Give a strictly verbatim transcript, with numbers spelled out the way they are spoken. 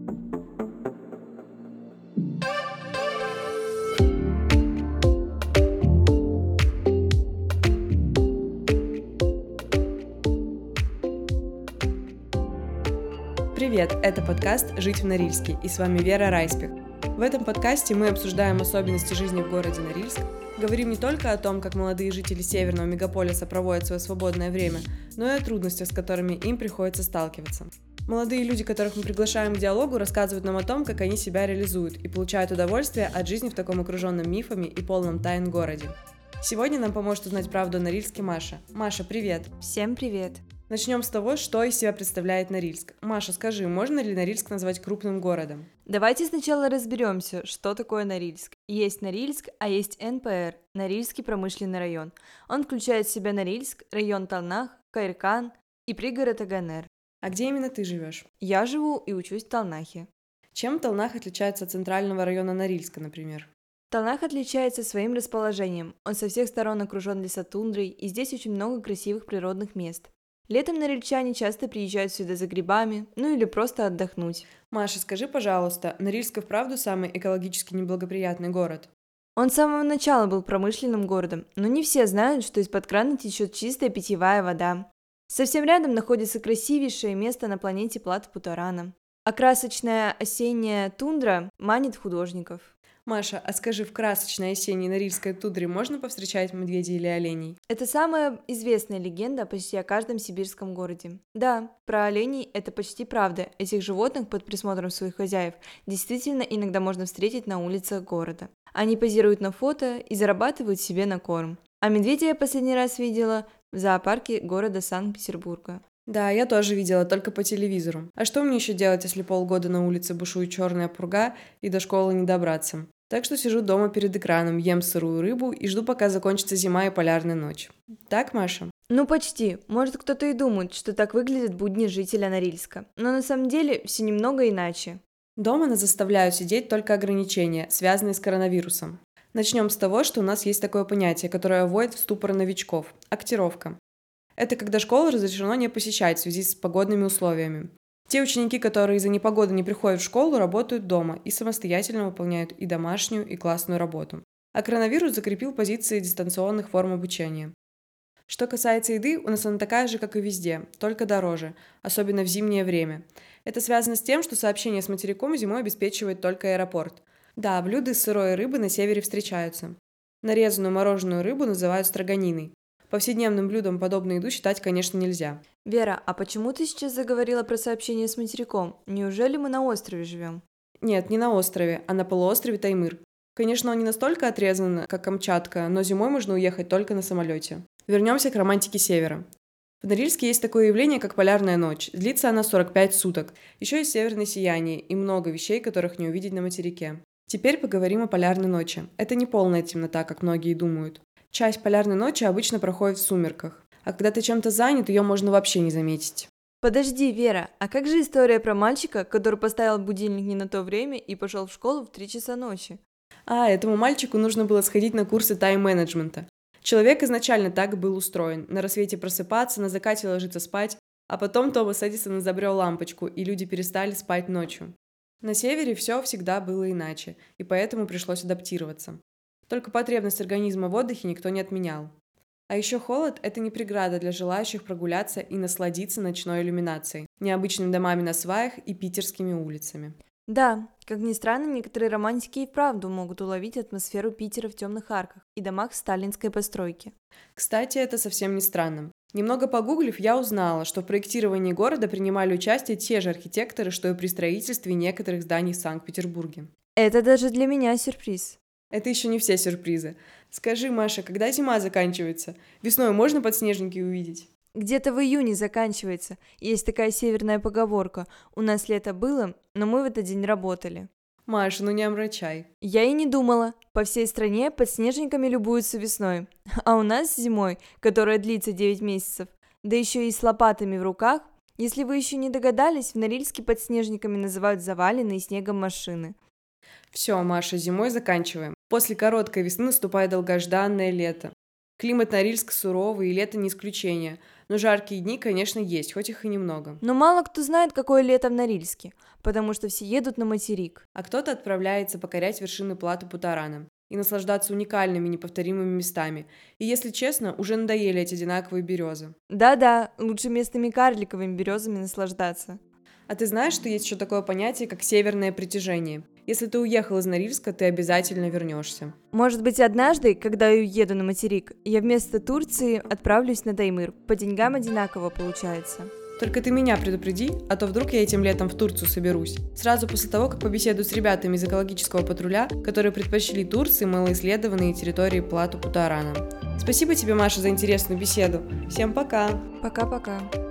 Привет, это подкаст «Жить в Норильске» и с вами Вера Райспих. В этом подкасте мы обсуждаем особенности жизни в городе Норильск, говорим не только о том, как молодые жители северного мегаполиса проводят свое свободное время, но и о трудностях, с которыми им приходится сталкиваться. Молодые люди, которых мы приглашаем к диалогу, рассказывают нам о том, как они себя реализуют и получают удовольствие от жизни в таком окруженном мифами и полном тайн городе. Сегодня нам поможет узнать правду о Норильске Маша. Маша, привет! Всем привет! Начнем с того, что из себя представляет Норильск. Маша, скажи, можно ли Норильск назвать крупным городом? Давайте сначала разберемся, что такое Норильск. Есть Норильск, а есть эн пэ эр, Норильский промышленный район. Он включает в себя Норильск, район Талнах, Каиркан и пригород Аганер. А где именно ты живешь? Я живу и учусь в Талнахе. Чем Талнах отличается от центрального района Норильска, например? Талнах отличается своим расположением. Он со всех сторон окружен лесотундрой, и здесь очень много красивых природных мест. Летом норильчане часто приезжают сюда за грибами, ну или просто отдохнуть. Маша, скажи, пожалуйста, Норильск и вправду самый экологически неблагоприятный город? Он с самого начала был промышленным городом, но не все знают, что из-под крана течет чистая питьевая вода. Совсем рядом находится красивейшее место на планете Плат-Путарана. А красочная осенняя тундра манит художников. Маша, а скажи, в красочной осенней норильской тундре можно повстречать медведей или оленей? Это самая известная легенда почти о каждом сибирском городе. Да, про оленей это почти правда. Этих животных под присмотром своих хозяев действительно иногда можно встретить на улицах города. Они позируют на фото и зарабатывают себе на корм. А медведя я последний раз видела в зоопарке города Санкт-Петербурга. Да, я тоже видела, только по телевизору. А что мне еще делать, если полгода на улице бушует черная пурга и до школы не добраться? Так что сижу дома перед экраном, ем сырую рыбу и жду, пока закончится зима и полярная ночь. Так, Маша? Ну почти. Может, кто-то и думает, что так выглядят будни жителя Норильска. Но на самом деле все немного иначе. Дома нас заставляют сидеть только ограничения, связанные с коронавирусом. Начнем с того, что у нас есть такое понятие, которое вводит в ступор новичков – актировка. Это когда школу разрешено не посещать в связи с погодными условиями. Те ученики, которые из-за непогоды не приходят в школу, работают дома и самостоятельно выполняют и домашнюю, и классную работу. А коронавирус закрепил позиции дистанционных форм обучения. Что касается еды, у нас она такая же, как и везде, только дороже, особенно в зимнее время. Это связано с тем, что сообщение с материком зимой обеспечивает только аэропорт. Да, блюда из сырой рыбы на севере встречаются. Нарезанную мороженую рыбу называют строганиной. Повседневным блюдом подобную еду считать, конечно, нельзя. Вера, а почему ты сейчас заговорила про сообщение с материком? Неужели мы на острове живем? Нет, не на острове, а на полуострове Таймыр. Конечно, он не настолько отрезан, как Камчатка, но зимой можно уехать только на самолете. Вернемся к романтике севера. В Норильске есть такое явление, как полярная ночь. Длится она сорок пять суток. Еще есть северное сияние и много вещей, которых не увидеть на материке. Теперь поговорим о полярной ночи. Это не полная темнота, как многие думают. Часть полярной ночи обычно проходит в сумерках, а когда ты чем-то занят, ее можно вообще не заметить. Подожди, Вера, а как же история про мальчика, который поставил будильник не на то время и пошел в школу в три часа ночи? А, этому мальчику нужно было сходить на курсы тайм-менеджмента. Человек изначально так был устроен. На рассвете просыпаться, на закате ложиться спать, а потом Томас Эдисон изобрел лампочку, и люди перестали спать ночью. На севере все всегда было иначе, и поэтому пришлось адаптироваться. Только потребность организма в отдыхе никто не отменял. А еще холод – это не преграда для желающих прогуляться и насладиться ночной иллюминацией, необычными домами на сваях и питерскими улицами. Да, как ни странно, некоторые романтики и вправду могут уловить атмосферу Питера в темных арках и домах сталинской постройки. Кстати, это совсем не странно. Немного погуглив, я узнала, что в проектировании города принимали участие те же архитекторы, что и при строительстве некоторых зданий в Санкт-Петербурге. Это даже для меня сюрприз. Это еще не все сюрпризы. Скажи, Маша, когда зима заканчивается? Весной можно подснежники увидеть? Где-то в июне заканчивается. Есть такая северная поговорка. У нас лето было, но мы в этот день работали. Маша, ну не омрачай. Я и не думала. По всей стране подснежниками любуются весной. А у нас зимой, которая длится девять месяцев, да еще и с лопатами в руках. Если вы еще не догадались, в Норильске подснежниками называют заваленные снегом машины. Все, Маша, зимой заканчиваем. После короткой весны наступает долгожданное лето. Климат Норильска суровый, и лето не исключение. Но жаркие дни, конечно, есть, хоть их и немного. Но мало кто знает, какое лето в Норильске, потому что все едут на материк. А кто-то отправляется покорять вершины плато Путарана и наслаждаться уникальными неповторимыми местами. И, если честно, уже надоели эти одинаковые березы. Да-да, лучше местными карликовыми березами наслаждаться. А ты знаешь, что есть еще такое понятие, как северное притяжение? Если ты уехал из Норильска, ты обязательно вернешься. Может быть, однажды, когда я уеду на материк, я вместо Турции отправлюсь на Таймыр. По деньгам одинаково получается. Только ты меня предупреди, а то вдруг я этим летом в Турцию соберусь. Сразу после того, как побеседую с ребятами из экологического патруля, которые предпочли Турции малоисследованные территории плато Путарана. Спасибо тебе, Маша, за интересную беседу. Всем пока! Пока-пока.